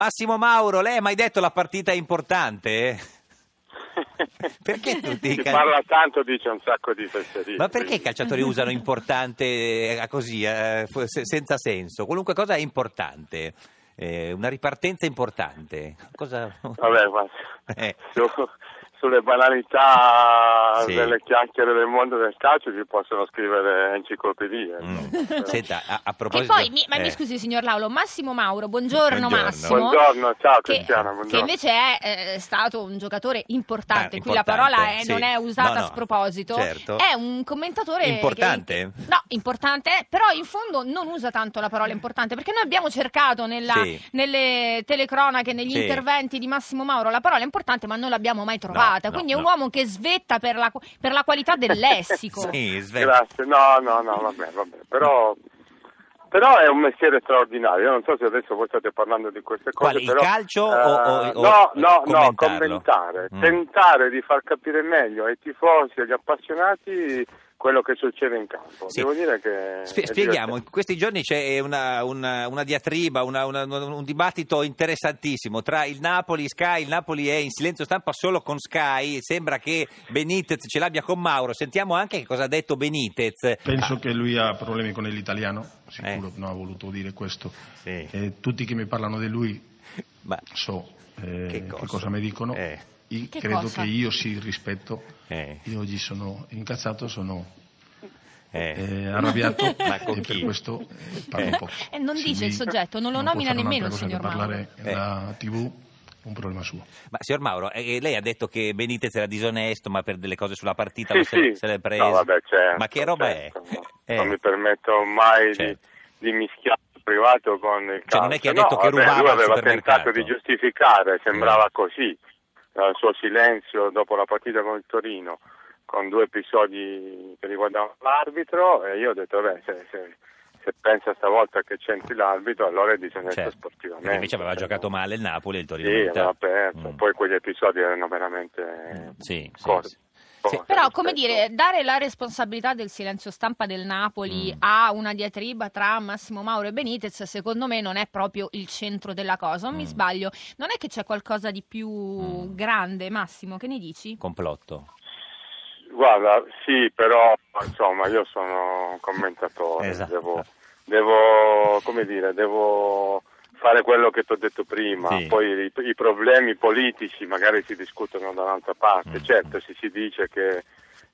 Massimo Mauro, lei ha mai detto la partita è importante? Perché tutti si parla tanto, dice un sacco di fesserie. Ma perché i calciatori usano importante così, senza senso? Qualunque cosa è importante. Una ripartenza importante. Cosa... Vabbè, ma sulle banalità delle chiacchiere del mondo del calcio si possono scrivere enciclopedie. Senta, a proposito... E poi, mi scusi signor Laulo, Massimo Mauro, buongiorno Massimo. Buongiorno, ciao Cristiana, buongiorno. Che invece è stato un giocatore importante, qui la parola non è usata a sproposito, certo. È un commentatore... Importante? No, importante, però in fondo non usa tanto la parola importante, perché noi abbiamo cercato nelle telecronache, negli interventi di Massimo Mauro la parola importante, ma non l'abbiamo mai trovata. Quindi è un uomo che svetta per la qualità del lessico. Grazie, vabbè. Però è un mestiere straordinario. Io non so se adesso voi state parlando di queste cose. Quale, però, il calcio no, commentare. Tentare di far capire meglio ai tifosi, agli appassionati quello che succede in campo. Devo dire che spieghiamo, in questi giorni c'è una diatriba, un dibattito interessantissimo tra il Napoli e Sky. Il Napoli è in silenzio stampa solo con Sky, sembra che Benitez ce l'abbia con Mauro. Sentiamo anche che cosa ha detto Benitez. Penso che lui ha problemi con l'italiano, sicuro non ha voluto dire questo. Tutti che mi parlano di lui che cosa mi dicono. Credo che io rispetto. Io oggi sono incazzato, sono arrabbiato e per questo parlo poco. E non dice il soggetto, non lo nomina nemmeno il signor Mauro. Parlare nella TV un problema suo. Ma signor Mauro, lei ha detto che Benitez era disonesto, ma per delle cose sulla partita se l'è preso. No, vabbè, certo, ma che roba è? Non mi permetto mai di mischiare il privato con il calcio. Non è che ha detto che rubava lui aveva al supermercato. tentato di giustificare, sembrava così. Il suo silenzio dopo la partita con il Torino, con 2 episodi che riguardavano l'arbitro, e io ho detto se pensa stavolta che c'entri l'arbitro, allora è disonesto sportivamente. Perché invece aveva giocato male il Napoli e il Torino. Aveva perso. Poi quegli episodi erano veramente Però, come dire, dare la responsabilità del silenzio stampa del Napoli a una diatriba tra Massimo Mauro e Benitez, secondo me non è proprio il centro della cosa. Non mi sbaglio? Non è che c'è qualcosa di più grande, Massimo? Che ne dici? Complotto. Guarda, sì, però insomma io sono un commentatore, devo fare quello che ti ho detto prima, poi i problemi politici magari si discutono da un'altra parte. Certo, si dice che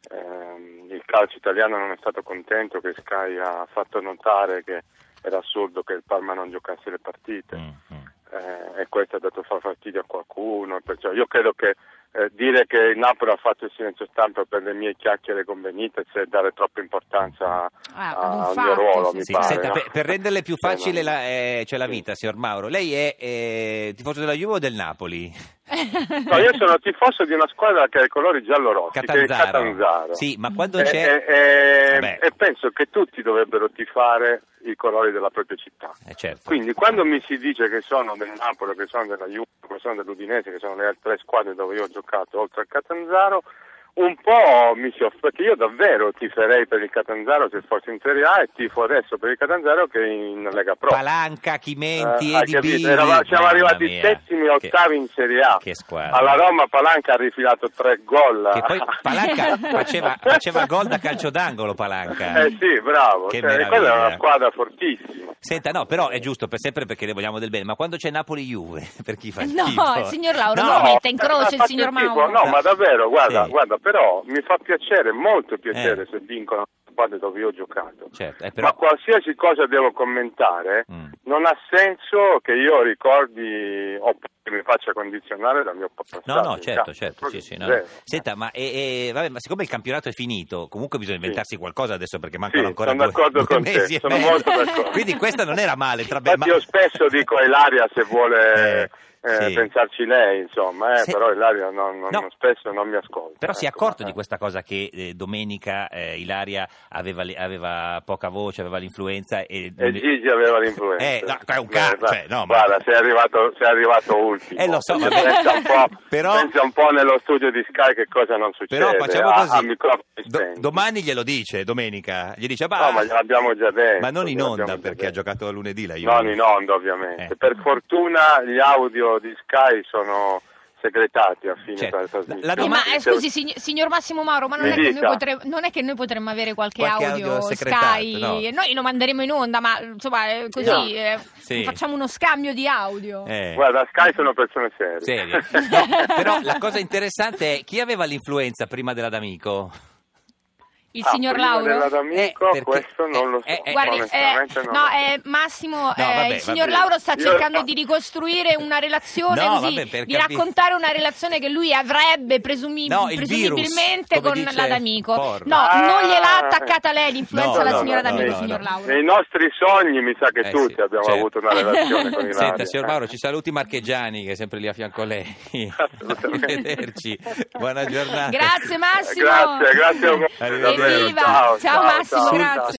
il calcio italiano non è stato contento, che Sky ha fatto notare che era assurdo che il Parma non giocasse le partite e questo ha dato fastidio a qualcuno, perciò io credo che dire che il Napoli ha fatto il silenzio stampa per le mie chiacchiere con Benitez e dare troppa importanza al mio ruolo, mi pare. Senta, per renderle più facile la vita, signor Mauro, lei è tifoso della Juve o del Napoli? No, io sono tifoso di una squadra che ha i colori giallo-rossi, che è il Catanzaro. Sì, ma quando c'è... E penso che tutti dovrebbero tifare i colori della propria città. Certo. Quindi quando mi si dice che sono del Napoli, che sono della Juve, che sono dell'Udinese, che sono le altre squadre dove io ho giocato oltre al Catanzaro, un po' mi si offre, perché io davvero tiferei per il Catanzaro se fosse in Serie A e tifo adesso per il Catanzaro che è in Lega Pro. Palanca, Chimenti, Edibi. Siamo arrivati settimi, ottavi in Serie A. Che squadra. Alla Roma Palanca ha rifilato 3 gol. Che poi Palanca faceva gol da calcio d'angolo, Palanca. Sì, bravo. Quella è una squadra fortissima. Senta, no, però è giusto sempre perché le vogliamo del bene, ma quando c'è Napoli-Juve, per chi fa il tifo? No, il signor Lauro non mette in croce il signor Mauro. No, ma davvero, guarda, però mi fa piacere, molto piacere se vincono le squadre dove io ho giocato. Certo, ma qualsiasi cosa devo commentare non ha senso che io ricordi o che mi faccia condizionare dal mio passato. No, certo. Senta, ma siccome il campionato è finito, comunque bisogna inventarsi qualcosa adesso perché mancano ancora sono d'accordo con te, sono molto d'accordo. Quindi questa non era male. Io spesso dico a Ilaria se vuole pensarci lei, insomma, però Ilaria spesso non mi ascolta. Però si è accorto di questa cosa che domenica Ilaria aveva poca voce, aveva l'influenza e Gigi aveva l'influenza. È un cazzo. Guarda, sei arrivato ultimo. ultimo. Lo so, pensa un po' nello studio di Sky che cosa non succede. Però facciamo così. Domani glielo dice, domenica. Gli dice, no, ma gliel'abbiamo già detto. Ma non in onda, perché ha giocato lunedì la Juve. Non in onda, ovviamente. Per fortuna gli audio di Sky sono segretati a fine trasmissione. Ma scusi, signor Massimo Mauro, ma non è che noi potremmo avere qualche audio Sky, no. Noi lo manderemo in onda, ma insomma così facciamo uno scambio di audio. Guarda, Sky sono persone serie. Però la cosa interessante è chi aveva l'influenza prima della D'Amico? Il signor Lauro? Questo non lo so. Guardi, Massimo, il signor Lauro sta cercando di ricostruire una relazione, di raccontare una relazione che lui avrebbe presumibilmente con la D'Amico. Non gliel'ha attaccata lei l'influenza alla signora D'Amico, signor Lauro. Nei nostri sogni mi sa che tutti abbiamo avuto una relazione con Ilaria. Senta, signor Mauro, ci saluti Marchegiani, che è sempre lì a fianco a lei. Arrivederci. Buona giornata. Grazie Massimo. Grazie. Evviva. Ciao Massimo, grazie.